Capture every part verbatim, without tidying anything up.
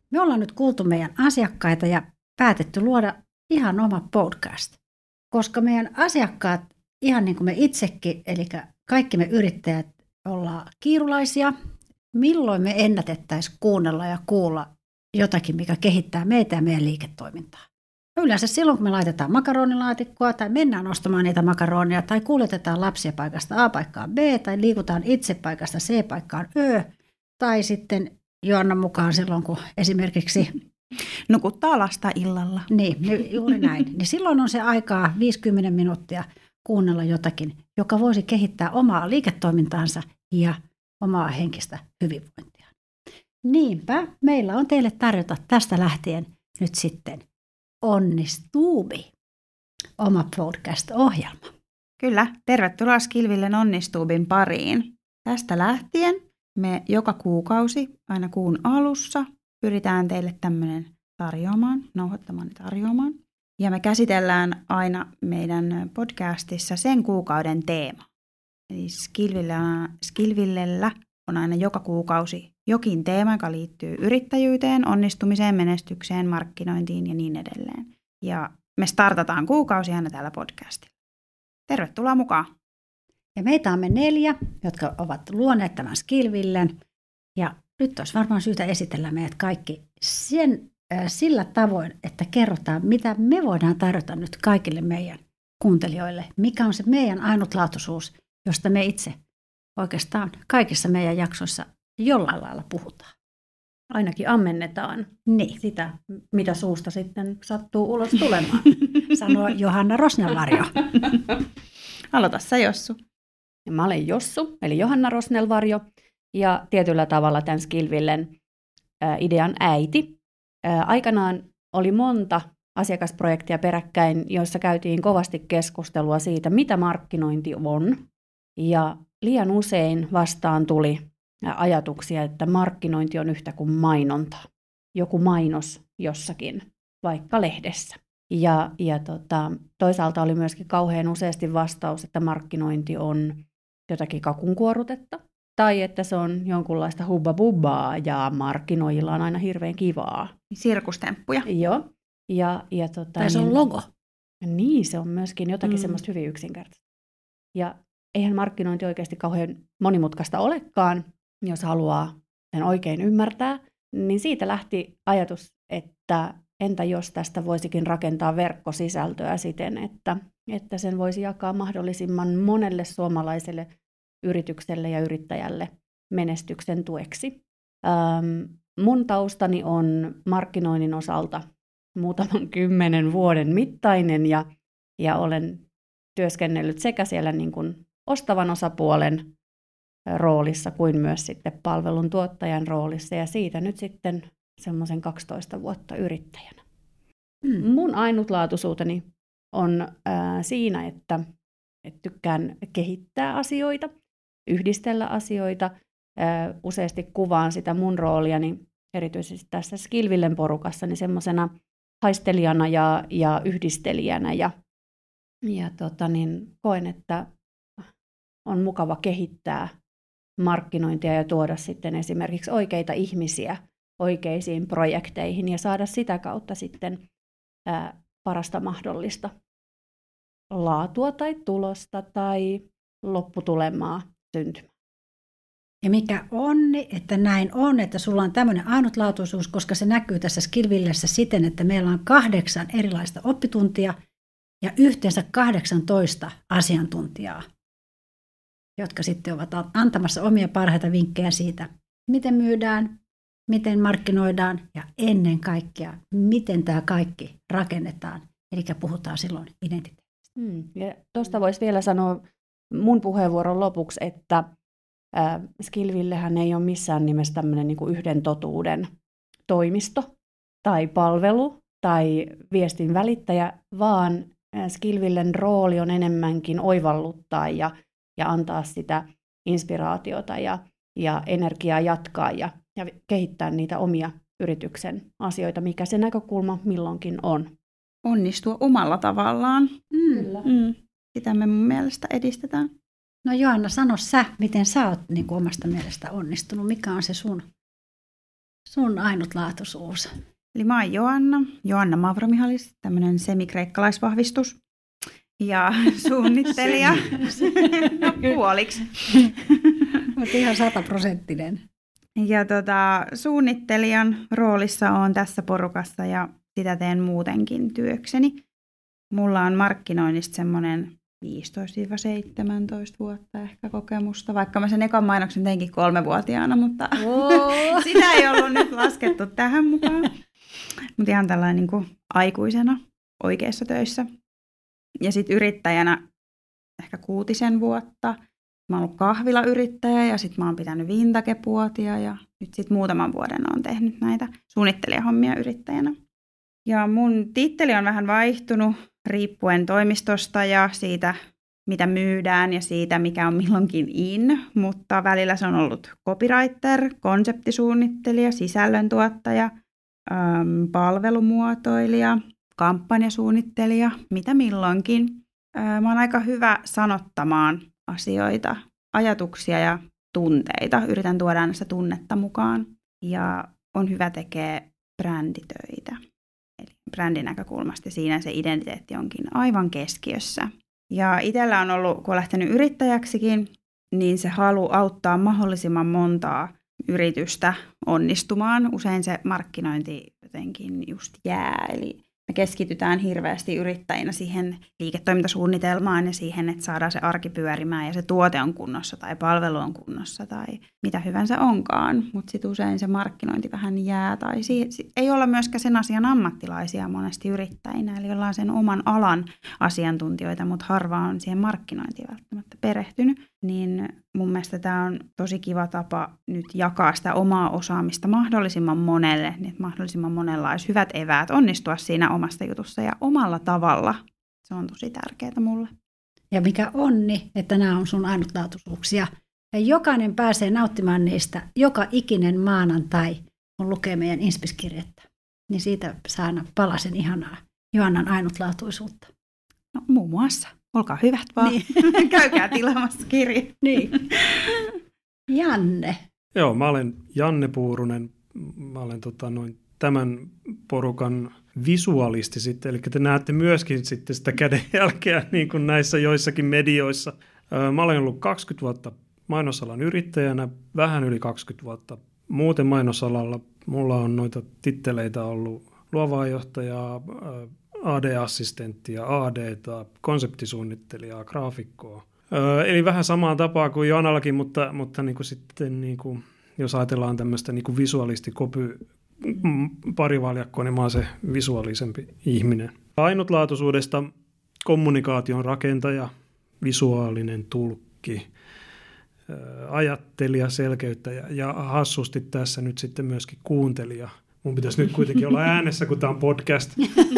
Me ollaan nyt kuultu meidän asiakkaita ja päätetty luoda ihan oma podcast. Koska meidän asiakkaat, ihan niin kuin me itsekin, eli kaikki me yrittäjät ollaan kiirulaisia, milloin me ennätettäisiin kuunnella ja kuulla jotakin, mikä kehittää meitä ja meidän liiketoimintaa. Yleensä silloin, kun me laitetaan makaronilaatikkoa tai mennään ostamaan niitä makaronia tai kuljetetaan lapsia paikasta A paikkaan B tai liikutaan itse paikasta C paikkaan Ö tai sitten Joannan mukaan silloin, kun esimerkiksi nukuttaa lasta illalla. Niin, juuri näin. Niin silloin on se aikaa viisikymmentä minuuttia kuunnella jotakin, joka voisi kehittää omaa liiketoimintaansa ja omaa henkistä hyvinvointia. Niinpä meillä on teille tarjota tästä lähtien nyt sitten Onnistuubi, oma podcast-ohjelma. Kyllä, tervetuloa Skillvillen Onnistuubin pariin. Tästä lähtien me joka kuukausi, aina kuun alussa, pyritään teille tämmöinen tarjoamaan, nauhoittamaan ja tarjoamaan. Ja me käsitellään aina meidän podcastissa sen kuukauden teema. Eli Skillvillellä, Skillvillellä on aina joka kuukausi jokin teema, joka liittyy yrittäjyyteen, onnistumiseen, menestykseen, markkinointiin ja niin edelleen. Ja me startataan kuukausi aina täällä podcastilla. Tervetuloa mukaan! Ja meitä on me neljä, jotka ovat luoneet tämän Skillvillen. Ja nyt olisi varmaan syytä esitellä meidät kaikki sen, äh, sillä tavoin, että kerrotaan, mitä me voidaan tarjota nyt kaikille meidän kuuntelijoille. Mikä on se meidän ainutlaatuisuus, josta me itse oikeastaan kaikissa meidän jaksoissa jollain lailla puhutaan. Ainakin ammennetaan niin. sitä, mitä suusta sitten sattuu ulos tulemaan. Sanoo Johanna Rosnelvarjo. Aloita sä, Jossu. Mä olen Jossu, eli Johanna Rosnelvarjo, ja tietyllä tavalla tämän Skillvillen äh, idean äiti. Äh, aikanaan oli monta asiakasprojektia peräkkäin, joissa käytiin kovasti keskustelua siitä, mitä markkinointi on. Ja liian usein vastaan tuli ajatuksia, että markkinointi on yhtä kuin mainonta. Joku mainos jossakin, vaikka lehdessä. Ja, ja tota, toisaalta oli myöskin kauhean useasti vastaus, että markkinointi on jotakin kakunkuorutetta. Tai että se on jonkunlaista hubba-bubbaa ja markkinoijilla on aina hirveän kivaa. Sirkustemppuja. Joo. Ja, ja tota, tai se on logo. Niin, se on myöskin jotakin mm. semmoista hyvin yksinkertaista. Ja eihän markkinointi oikeasti kauhean monimutkaista olekaan, jos haluaa sen oikein ymmärtää. Niin siitä lähti ajatus, että entä jos tästä voisikin rakentaa verkkosisältöä siten, että, että sen voisi jakaa mahdollisimman monelle suomalaiselle yritykselle ja yrittäjälle menestyksen tueksi. Ähm, mun taustani on markkinoinnin osalta muutaman kymmenen vuoden mittainen ja, ja olen työskennellyt sekä siellä niin kuin ostavan osapuolen roolissa kuin myös sitten palvelun tuottajan roolissa ja siitä nyt sitten semmoisen kaksitoista vuotta yrittäjänä. Mm. Mun ainutlaatuisuuteni on äh, siinä, että, että tykkään kehittää asioita, yhdistellä asioita. Äh, useasti kuvaan sitä mun rooliani erityisesti tässä Skillvillen porukassa niin semmoisena haistelijana ja, ja yhdistelijänä ja, ja tota niin, koen, että on mukava kehittää markkinointia ja tuoda sitten esimerkiksi oikeita ihmisiä oikeisiin projekteihin ja saada sitä kautta sitten ää, parasta mahdollista laatua tai tulosta tai lopputulemaa syntymään. Ja mikä onni, että näin on, että sulla on tämmöinen ainutlaatuisuus, koska se näkyy tässä Skillvillessä siten, että meillä on kahdeksan erilaista oppituntia ja yhteensä kahdeksantoista asiantuntijaa, jotka sitten ovat antamassa omia parhaita vinkkejä siitä, miten myydään, miten markkinoidaan ja ennen kaikkea, miten tämä kaikki rakennetaan. Eli puhutaan silloin identiteetistä. Hmm. Ja tuosta voisi vielä sanoa mun puheenvuoron lopuksi, että äh, Skillvillehän ei ole missään nimessä tämmöinen niin kuin yhden totuuden toimisto tai palvelu tai viestin välittäjä, vaan äh, Skillvillen rooli on enemmänkin oivalluttaa ja, ja antaa sitä inspiraatiota ja, ja energiaa jatkaa ja ja kehittää niitä omia yrityksen asioita, mikä se näkökulma milloinkin on. Onnistua omalla tavallaan. Mm. Kyllä. Mm. Sitä me mun mielestä edistetään. No Joanna, sano sä, miten sä oot niin kuin omasta mielestä onnistunut? Mikä on se sun, sun ainutlaatuisuus? Eli mä oon Joanna, Joanna Mavromihalis, tämmöinen semikreikkalaisvahvistus ja suunnittelija. No puoliksi. Olet ihan sataprosenttinen. Ja tota, suunnittelijan roolissa on tässä porukassa ja sitä teen muutenkin työkseni. Mulla on markkinoinnista semmoinen viisitoista seitsemäntoista vuotta ehkä kokemusta, vaikka mä sen ekan mainoksen teinkin kolmevuotiaana, mutta oh. sitä ei ollut nyt laskettu tähän mukaan. Mutta ihan tällainen niin kuin aikuisena oikeissa töissä. Ja sitten yrittäjänä ehkä kuutisen vuotta. Mä oon ollut kahvilayrittäjä ja sitten mä oon pitänyt vintagepuotia ja nyt sitten muutaman vuoden oon tehnyt näitä suunnittelijahommia yrittäjänä. Ja mun titteli on vähän vaihtunut riippuen toimistosta ja siitä, mitä myydään ja siitä, mikä on milloinkin in, mutta välillä se on ollut copywriter, konseptisuunnittelija, sisällöntuottaja, äm, palvelumuotoilija, kampanjasuunnittelija, mitä milloinkin. Ää, mä oon aika hyvä sanottamaan asioita, ajatuksia ja tunteita. Yritän tuoda aina sitä tunnetta mukaan ja on hyvä tekee bränditöitä. Eli brändin näkökulmasta siinä se identiteetti onkin aivan keskiössä. Ja itsellä on ollut, kun on lähtenyt yrittäjäksikin, niin se halu auttaa mahdollisimman montaa yritystä onnistumaan. Usein se markkinointi jotenkin just jää, eli me keskitytään hirveästi yrittäjinä siihen liiketoimintasuunnitelmaan ja siihen, että saadaan se arki pyörimään ja se tuote on kunnossa tai palvelu on kunnossa tai mitä hyvänsä onkaan. Mutta sitten usein se markkinointi vähän jää tai si- si- ei olla myöskään sen asian ammattilaisia monesti yrittäjinä. Eli ollaan sen oman alan asiantuntijoita, mutta harva on siihen markkinointiin välttämättä perehtynyt. Niin mun mielestä tämä on tosi kiva tapa nyt jakaa sitä omaa osaamista mahdollisimman monelle, niin että mahdollisimman monella olisi hyvät eväät onnistua siinä omasta jutussa ja omalla tavalla. Se on tosi tärkeää mulle. Ja mikä onni, että nämä on sun ainutlaatuisuuksia. Ja jokainen pääsee nauttimaan niistä joka ikinen maanantai, kun lukee meidän Inspis-kirjettä. Niin siitä saa aina palasen ihanaa Joannan ainutlaatuisuutta. No muun muassa. Olkaa hyvät vaan. Niin. Käykää tilaamassa kirja. Niin. Janne. Joo, mä olen Janne Puurunen. Mä olen tota, noin, tämän porukan visualisti sitten. Eli te näette myöskin sitten sitä kädenjälkeä niin kuin näissä joissakin medioissa. Mä olen ollut kaksikymmentä vuotta mainosalan yrittäjänä, vähän yli kaksikymmentä vuotta muuten mainosalalla. Mulla on noita titteleitä ollut luovaa johtajaa, A D-assistenttia, A D:ta, konseptisuunnittelijaa, graafikkoa. Öö, eli vähän samaa tapaa kuin Joannallakin, mutta, mutta niin kuin sitten, niin kuin, jos ajatellaan tämmöistä niin kuin visualisti-kopy parivaljakkoa, niin mä oon se visuaalisempi ihminen. Ainutlaatuisuudesta kommunikaation rakentaja, visuaalinen tulkki, öö, ajattelija, selkeyttäjä ja hassusti tässä nyt sitten myöskin kuuntelija. Mun pitäisi nyt kuitenkin olla äänessä, kun tämä on podcast.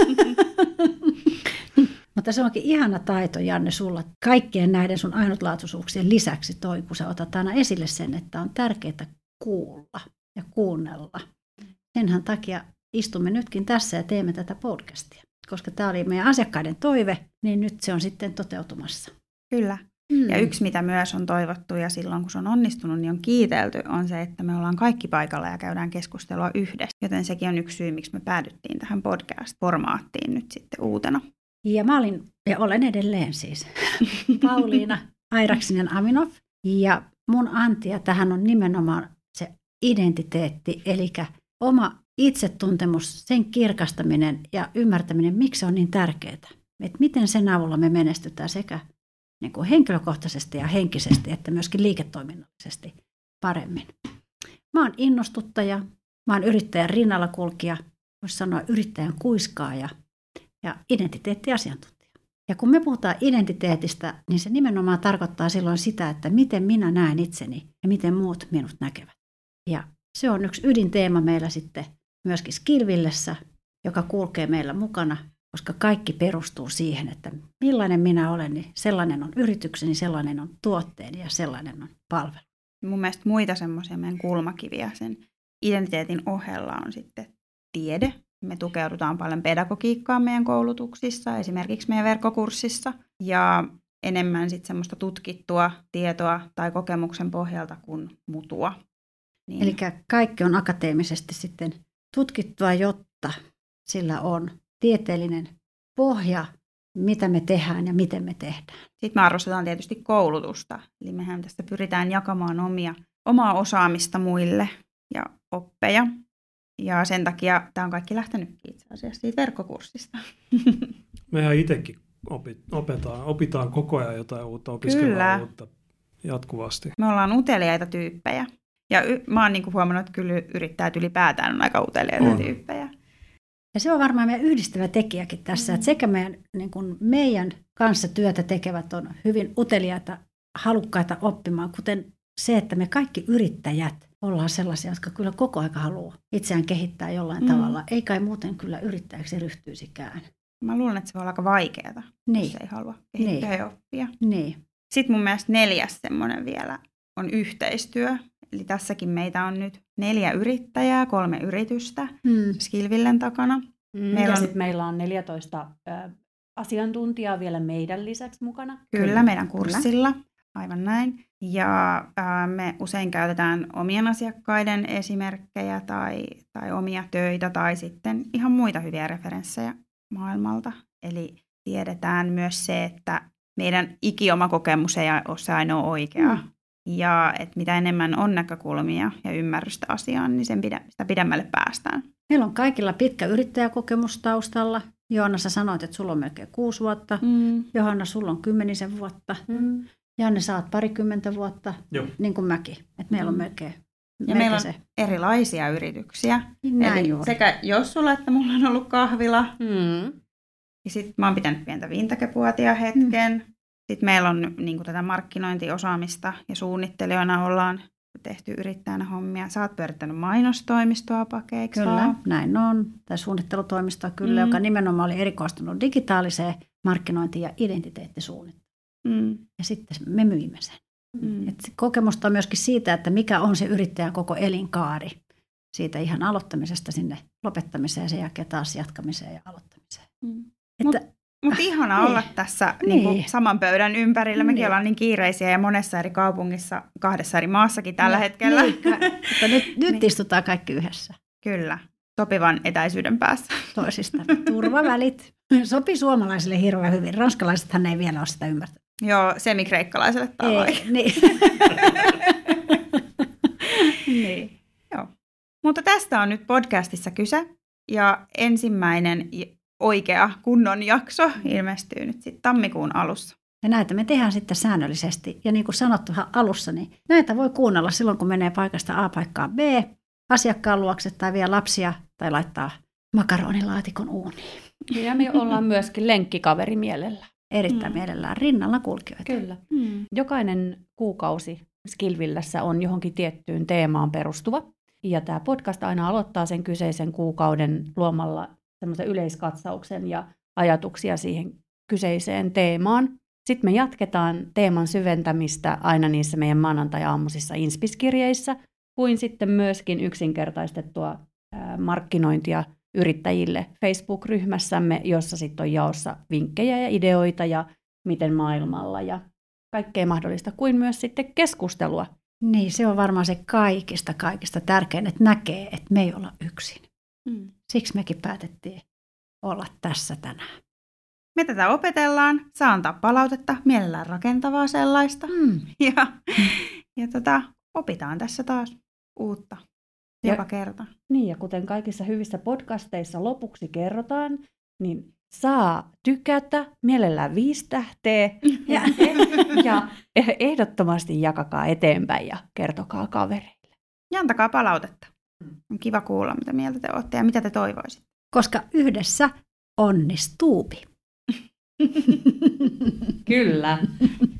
Mutta se onkin ihana taito, Janne, sulla kaikkien näiden sun ainutlaatuisuuksien lisäksi toi, kun sä otat aina esille sen, että on tärkeää kuulla ja kuunnella. Senhän takia istumme nytkin tässä ja teemme tätä podcastia, koska tämä oli meidän asiakkaiden toive, niin nyt se on sitten toteutumassa. Kyllä. Mm. Ja yksi, mitä myös on toivottu ja silloin, kun se on onnistunut, niin on kiitelty, on se, että me ollaan kaikki paikalla ja käydään keskustelua yhdessä. Joten sekin on yksi syy, miksi me päädyttiin tähän podcast-formaattiin nyt sitten uutena. Ja mä olin, ja olen edelleen siis, Pauliina Airaksinen Aminov. Ja mun antia tähän on nimenomaan se identiteetti, eli oma itsetuntemus, sen kirkastaminen ja ymmärtäminen, miksi se on niin tärkeää. Että miten sen avulla me menestytään sekä niin kuin henkilökohtaisesti ja henkisesti, että myöskin liiketoiminnallisesti paremmin. Mä oon innostuttaja, mä oon yrittäjän rinnalla kulkija, voisi sanoa yrittäjän kuiskaaja ja identiteettiasiantuntija. Ja kun me puhutaan identiteetistä, niin se nimenomaan tarkoittaa silloin sitä, että miten minä näen itseni ja miten muut minut näkevät. Ja se on yksi ydinteema meillä sitten myöskin Skillvillessä, joka kulkee meillä mukana, koska kaikki perustuu siihen, että millainen minä olen, niin sellainen on yritykseni, sellainen on tuotteeni ja sellainen on palvelu. Mun mielestä muita semmoisia meidän kulmakiviä sen identiteetin ohella on sitten tiede. Me tukeudutaan paljon pedagogiikkaan meidän koulutuksissa, esimerkiksi meidän verkkokurssissa, ja enemmän sitten semmoista tutkittua tietoa tai kokemuksen pohjalta kuin mutua. Niin. Eli kaikki on akateemisesti sitten tutkittua, jotta sillä on tieteellinen pohja, mitä me tehdään ja miten me tehdään. Sitten me arvostetaan tietysti koulutusta. Eli mehän tästä pyritään jakamaan omia, omaa osaamista muille ja oppeja. Ja sen takia tämä on kaikki lähtenyt itse asiassa siitä verkkokurssista. Mehän itsekin opit, opetaan, opitaan koko ajan jotain uutta, opiskellaan uutta jatkuvasti. Me ollaan uteliaita tyyppejä. Ja y- mä oon niinku huomannut, että kyllä yrittäjät ylipäätään on aika uteliaita on. tyyppejä. Ja se on varmaan meidän yhdistävä tekijäkin tässä, mm. että sekä meidän, niin kuin meidän kanssa työtä tekevät on hyvin uteliaita, halukkaita oppimaan, kuten se, että me kaikki yrittäjät ollaan sellaisia, jotka kyllä koko aika haluaa itseään kehittää jollain mm. tavalla. Ei kai muuten kyllä yrittäjäksi ryhtyisikään. Mä luulen, että se voi olla aika vaikeaa, niin. jos ei halua kehittää niin. ja oppia. Niin. Sitten mun mielestä neljäs semmoinen vielä on yhteistyö. Eli tässäkin meitä on nyt neljä yrittäjää, kolme yritystä mm. Skillvillen takana. Mm, meillä ja on... sitten meillä on neljätoista äh, asiantuntijaa vielä meidän lisäksi mukana. Kyllä, Kyllä. meidän kurssilla. Aivan näin. Ja äh, me usein käytetään omien asiakkaiden esimerkkejä tai, tai omia töitä tai sitten ihan muita hyviä referenssejä maailmalta. Eli tiedetään myös se, että meidän ikioma kokemus ei ole se ainoa oikea. Mm. Ja että mitä enemmän on näkökulmia ja ymmärrystä asiaan, niin sen pidä, sitä pidemmälle päästään. Meillä on kaikilla pitkä yrittäjäkokemus taustalla. Johanna, sä sanoit, että sulla on melkein kuusi vuotta. Mm. Johanna, sulla on kymmenisen vuotta. Mm. Janne, sä oot parikymmentä vuotta, Joo. niin kuin mäkin. Et meillä on melkein, ja melkein meillä on se. erilaisia yrityksiä. Näin Eli juuri. sekä Jossulla, että mulla on ollut kahvila. Mm. Ja sitten mä oon pitänyt pientä vintakepuotia hetken. Mm. Sitten meillä on niin kuin tätä markkinointiosaamista ja suunnittelijoina ollaan tehty yrittäjänä hommia. Sä oot pyörittänyt mainostoimistoa pakeiksi. Kyllä, näin on. Tai suunnittelutoimistoa kyllä, mm. joka nimenomaan oli erikoistunut digitaaliseen markkinointiin ja identiteettisuunnitteluun. Mm. Ja sitten me myimme sen. Mm. Et kokemusta on myöskin siitä, että mikä on se yrittäjän koko elinkaari. Siitä ihan aloittamisesta sinne lopettamiseen ja sen jälkeen taas jatkamiseen ja aloittamiseen. Mm. Mutta mut ihana niin. olla tässä niin. Niin saman pöydän ympärillä. Mekin niin. ollaan niin kiireisiä ja monessa eri kaupungissa, kahdessa eri maassakin tällä niin. hetkellä. Niin. Mutta nyt, nyt niin. istutaan kaikki yhdessä. Kyllä, sopivan etäisyyden päässä. Toisista. Turvavälit. Sopii suomalaisille hirveän hyvin. Ranskalaisethan ei vielä ole sitä ymmärtänyt. Joo, semikreikkalaiselle tavoin. Niin. niin. Joo. Mutta tästä on nyt podcastissa kyse. Ja ensimmäinen oikea kunnon jakso ilmestyy nyt sitten tammikuun alussa. Ja näitä me tehdään sitten säännöllisesti. Ja niin kuin sanottu alussa, niin näitä voi kuunnella silloin, kun menee paikasta A paikkaan B, asiakkaan luokse tai vie lapsia tai laittaa makaronilaatikon uuniin. Ja me ollaan myöskin lenkkikaveri mielellä. Erittäin mm. mielellään rinnalla kulkijoita. Kyllä. Mm. Jokainen kuukausi Skillvillessä on johonkin tiettyyn teemaan perustuva. Ja tämä podcast aina aloittaa sen kyseisen kuukauden luomalla semmoisen yleiskatsauksen ja ajatuksia siihen kyseiseen teemaan. Sitten me jatketaan teeman syventämistä aina niissä meidän maanantai-aamuisissa inspiskirjeissä, kuin sitten myöskin yksinkertaistettua markkinointia yrittäjille Facebook-ryhmässämme, jossa sitten on jaossa vinkkejä ja ideoita ja miten maailmalla ja kaikkea mahdollista, kuin myös sitten keskustelua. Niin, se on varmaan se kaikista, kaikista tärkein, että näkee, että me ei olla yksin. Mm. Siksi mekin päätettiin olla tässä tänään. Me tätä opetellaan, saa antaa palautetta, mielellään rakentavaa sellaista. Mm. Ja, ja tota, opitaan tässä taas uutta joka ja, kerta. Niin, ja kuten kaikissa hyvissä podcasteissa lopuksi kerrotaan, niin saa tykätä, mielellään viisi tähteä ja, ja ehdottomasti jakakaa eteenpäin ja kertokaa kavereille. Ja antakaa palautetta. On kiva kuulla, mitä mieltä te olette ja mitä te toivoisitte. Koska yhdessä onnistuupi. Kyllä.